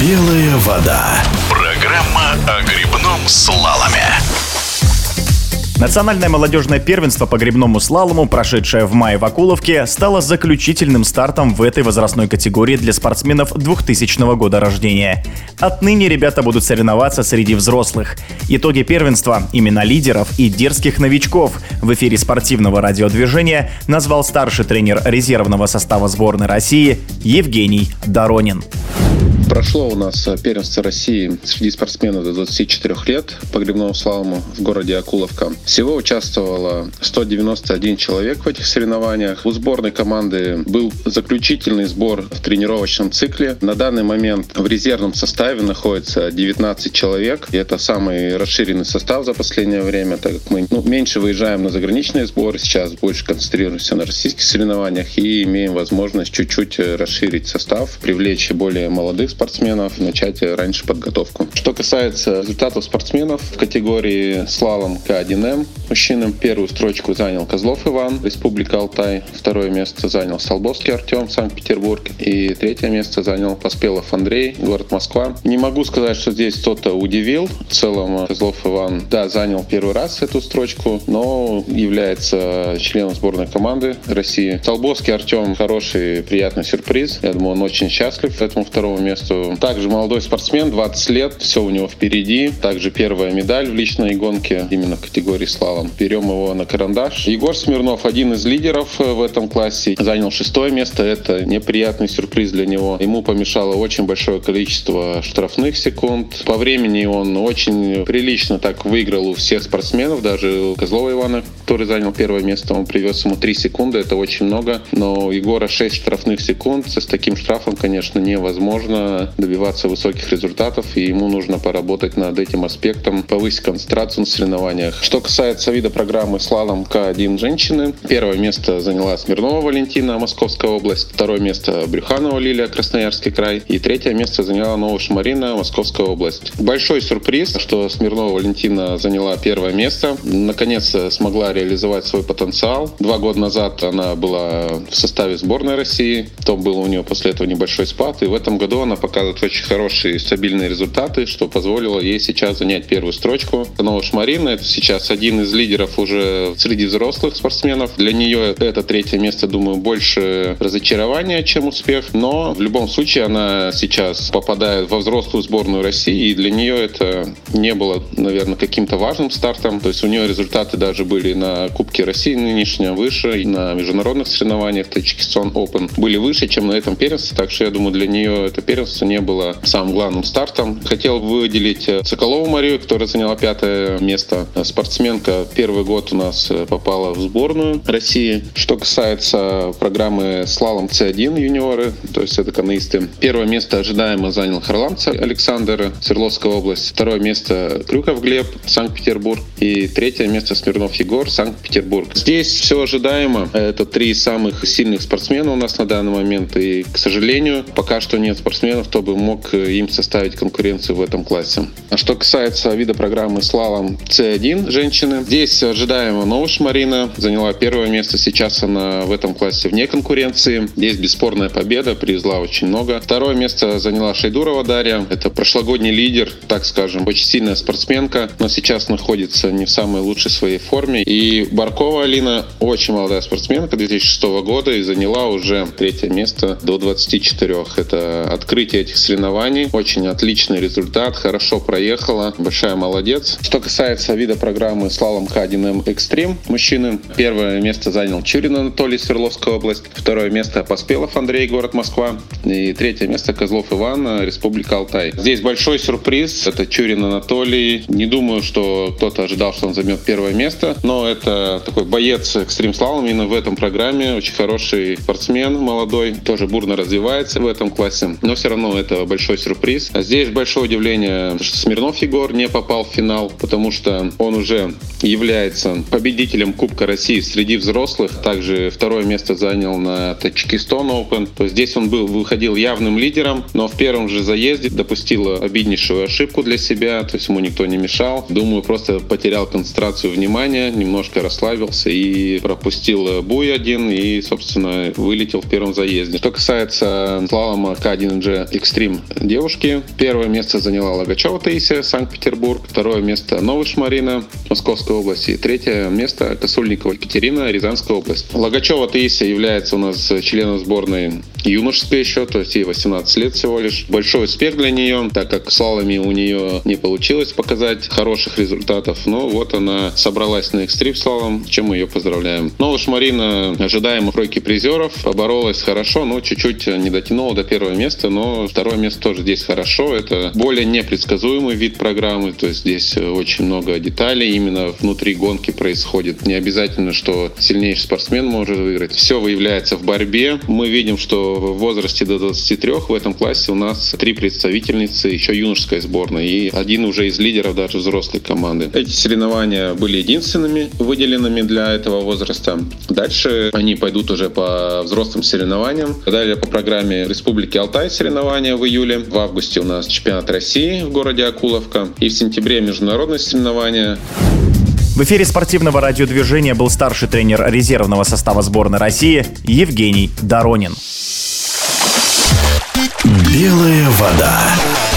Белая вода. Программа о гребном слаломе. Национальное молодежное первенство по гребному слалому, прошедшее в мае в Окуловке, стало заключительным стартом в этой возрастной категории для спортсменов 2000 года рождения. Отныне ребята будут соревноваться среди взрослых. Итоги первенства, имена лидеров и дерзких новичков в эфире спортивного радиодвижения назвал старший тренер резервного состава сборной России Евгений Доронин. Прошло у нас первенство России среди спортсменов до 24 лет по гребному слалому в городе Окуловка. Всего участвовало 191 человек в этих соревнованиях. У сборной команды был заключительный сбор в тренировочном цикле. На данный момент в резервном составе находится 19 человек. И это самый расширенный состав за последнее время, так как мы меньше выезжаем на заграничные сборы, сейчас больше концентрируемся на российских соревнованиях и имеем возможность чуть-чуть расширить состав, привлечь более молодых спортсменов, начать раньше подготовку. Что касается результатов спортсменов в категории слалом К1М мужчинам, первую строчку занял Козлов Иван, Республика Алтай, второе место занял Столбовский Артем, Санкт-Петербург, и третье место занял Поспелов Андрей, город Москва. Не могу сказать, что здесь кто-то удивил. В целом Козлов Иван, занял первый раз эту строчку, но является членом сборной команды России. Столбовский Артем — хороший, приятный сюрприз. Я думаю, он очень счастлив этому второму месту. Также молодой спортсмен, 20 лет, все у него впереди. Также первая медаль в личной гонке, именно в категории слалом. Берем его на карандаш. Егор Смирнов, один из лидеров в этом классе, занял 6 место. Это неприятный сюрприз для него. Ему помешало очень большое количество штрафных секунд. По времени он очень прилично так выиграл у всех спортсменов, даже у Козлова Ивана, который занял первое место, он привез ему 3 секунды, это очень много. Но у Егора 6 штрафных секунд. С таким штрафом, конечно, невозможно добиваться высоких результатов, и ему нужно поработать над этим аспектом, повысить концентрацию на соревнованиях. Что касается вида программы слалом К1 женщины, первое место заняла Смирнова Валентина, Московская область, второе место Брюханова Лилия, Красноярский край, и третье место заняла Новыш Марина, Московская область. Большой сюрприз, что Смирнова Валентина заняла первое место, наконец смогла реализовать свой потенциал. 2 года назад она была в составе сборной России, потом был у нее после этого небольшой спад, и в этом году она показывает очень хорошие стабильные результаты, что позволило ей сейчас занять первую строчку. Новыш Марина — это сейчас один из лидеров уже среди взрослых спортсменов. Для нее это 3-е место, думаю, больше разочарования, чем успех. Но в любом случае она сейчас попадает во взрослую сборную России, и для нее это не было, наверное, каким-то важным стартом. То есть у нее результаты даже были на Кубке России нынешнем выше, и на международных соревнованиях Таджикистан Open были выше, чем на этом первенстве. Так что я думаю, для нее это первенство не было самым главным стартом. Хотел выделить Соколову Марию, которая заняла 5-е место. Спортсменка первый год у нас попала в сборную России. Что касается программы слалом С1 юниоры, то есть это каноисты, первое место ожидаемо занял Харламцев Александр, Свердловская область. Второе место Крюков Глеб, Санкт-Петербург. И 3-е место Смирнов Егор, Санкт-Петербург. Здесь все ожидаемо. Это 3 самых сильных спортсмена у нас на данный момент. И, к сожалению, пока что нет спортсменов, кто бы мог им составить конкуренцию в этом классе. А что касается вида программы слалом С1 женщины, здесь ожидаемо Новыш Марина заняла первое место. Сейчас она в этом классе вне конкуренции. Здесь бесспорная победа, привезла очень много. Второе место заняла Шайдурова Дарья. Это прошлогодний лидер, так скажем, очень сильная спортсменка, но сейчас находится не в самой лучшей своей форме. И Баркова Алина, очень молодая спортсменка 2006 года, и заняла уже 3-е место до 24. Это открытие этих соревнований. Очень отличный результат, хорошо проехала, большая молодец. Что касается вида программы слалом К1М Экстрим мужчины, первое место занял Чурин Анатолий, Свердловская область, второе место Поспелов Андрей, город Москва, и 3-е место Козлов Иван, Республика Алтай. Здесь большой сюрприз, это Чурин Анатолий. Не думаю, что кто-то ожидал, что он займет первое место, но это такой боец экстрим слалом именно в этом программе, очень хороший спортсмен, молодой, тоже бурно развивается в этом классе, но все равно это большой сюрприз. А здесь большое удивление, что Смирнов Егор не попал в финал, потому что он уже является победителем Кубка России среди взрослых. Также 2-е место занял на Таджикистан Open. То есть здесь он выходил явным лидером, но в первом же заезде допустил обиднейшую ошибку для себя, то есть ему никто не мешал. Думаю, просто потерял концентрацию внимания, немножко расслабился и пропустил буй один и, собственно, вылетел в первом заезде. Что касается слалома К1G экстрим девушки. Первое место заняла Логачева Таисия, Санкт-Петербург. Второе место Новыш Марина, Московская область. И третье место Косульникова Екатерина, Рязанская область. Логачева Таисия является у нас членом сборной юношеской еще, то есть ей 18 лет всего лишь. Большой успех для нее, так как в слаломе у нее не получилось показать хороших результатов. Но вот она собралась на экстрим-слалом, чем мы ее поздравляем. Новыш Марина ожидаемо в тройке призеров, поборолась хорошо, но чуть-чуть не дотянула до первого места, но второе место тоже здесь хорошо. Это более непредсказуемый вид программы, то есть здесь очень много деталей именно внутри гонки происходит. Не обязательно, что сильнейший спортсмен может выиграть. Все выявляется в борьбе. Мы видим, что в возрасте до 23 в этом классе у нас 3 представительницы еще юношеской сборной и один уже из лидеров даже взрослой команды. Эти соревнования были единственными выделенными для этого возраста. Дальше они пойдут уже по взрослым соревнованиям. Далее по программе Республики Алтай соревнования в июле. В августе у нас чемпионат России в городе Акуловка. И в сентябре международные соревнования. В эфире спортивного радиодвижения был старший тренер резервного состава сборной России Евгений Доронин. Белая вода.